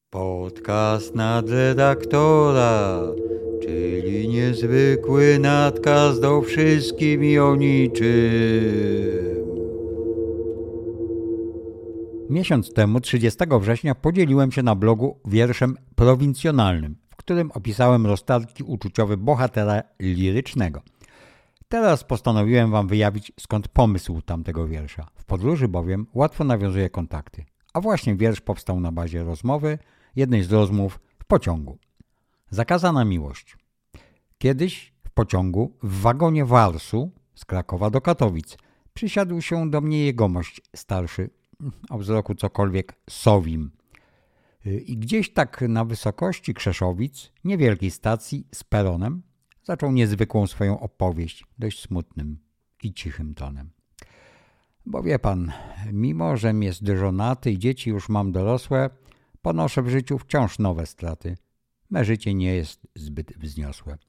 Podcast nadredaktora, czyli niezwykły nadkaz do wszystkim i o niczym. Miesiąc temu, 30 września, podzieliłem się na blogu wierszem prowincjonalnym, w którym opisałem rozterki uczuciowe bohatera lirycznego. Teraz postanowiłem wam wyjawić, skąd pomysł tamtego wiersza. W podróży bowiem łatwo nawiązuje kontakty. A właśnie wiersz powstał na bazie rozmowy, jednej z rozmów w pociągu. Zakazana miłość. Kiedyś w pociągu w wagonie Warsu z Krakowa do Katowic przysiadł się do mnie jegomość starszy, o wzroku cokolwiek sowim. I gdzieś tak na wysokości Krzeszowic, niewielkiej stacji z peronem, zaczął niezwykłą swoją opowieść, dość smutnym i cichym tonem. Bo wie pan, mimo żem jest żonaty i dzieci już mam dorosłe, ponoszę w życiu wciąż nowe straty. Me życie nie jest zbyt wzniosłe.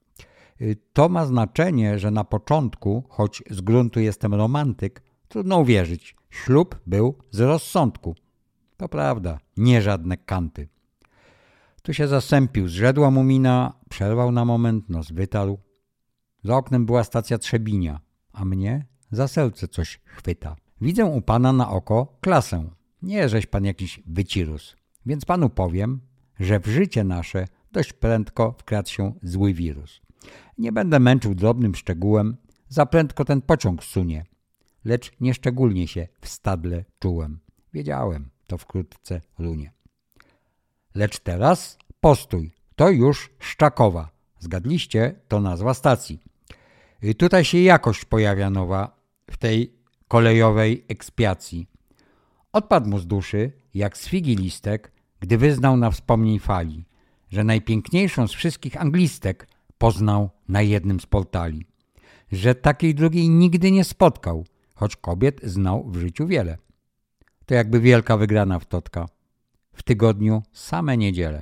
To ma znaczenie, że na początku, choć z gruntu jestem romantyk, trudno uwierzyć, ślub był z rozsądku. To prawda, nie żadne kanty. Tu się zasępił, zrzedła mu mina, przerwał na moment, nos wytarł. Za oknem była stacja Trzebinia, a mnie za serce coś chwyta. Widzę u pana na oko klasę. Nie, żeś pan jakiś wycirus. Więc panu powiem, że w życie nasze dość prędko wkradł się zły wirus. Nie będę męczył drobnym szczegółem, za prędko ten pociąg sunie. Lecz nieszczególnie się w stadle czułem. Wiedziałem, to wkrótce runie. Lecz teraz postój, to już Szczakowa. Zgadliście, to nazwa stacji. Tutaj się jakość pojawia nowa w tej kolejowej ekspiacji. Odpadł mu z duszy, jak z figi listek, gdy wyznał na wspomnień fali, że najpiękniejszą z wszystkich anglistek poznał na jednym z portali. Że takiej drugiej nigdy nie spotkał, choć kobiet znał w życiu wiele. To jakby wielka wygrana w totka. W tygodniu same niedziele.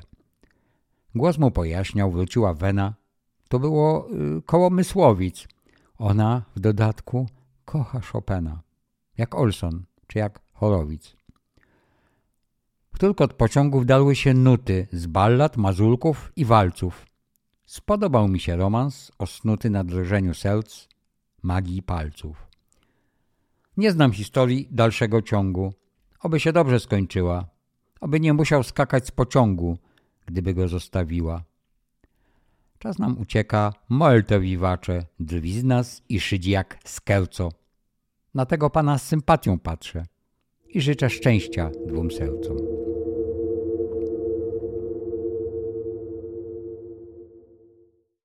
Głos mu pojaśniał, wróciła wena. To było koło Mysłowic. Ona w dodatku kocha Chopina. Jak Olson czy jak Chorowic. W turkot pociągów darły się nuty z ballad, mazurków i walców. Spodobał mi się romans osnuty na drżeniu serc, magii palców. Nie znam historii dalszego ciągu. Oby się dobrze skończyła. Oby nie musiał skakać z pociągu, gdyby go zostawiła. Czas nam ucieka, molto vivace, drwi z nas i szydzi jak skerco. Na tego pana z sympatią patrzę i życzę szczęścia dwóm sercom.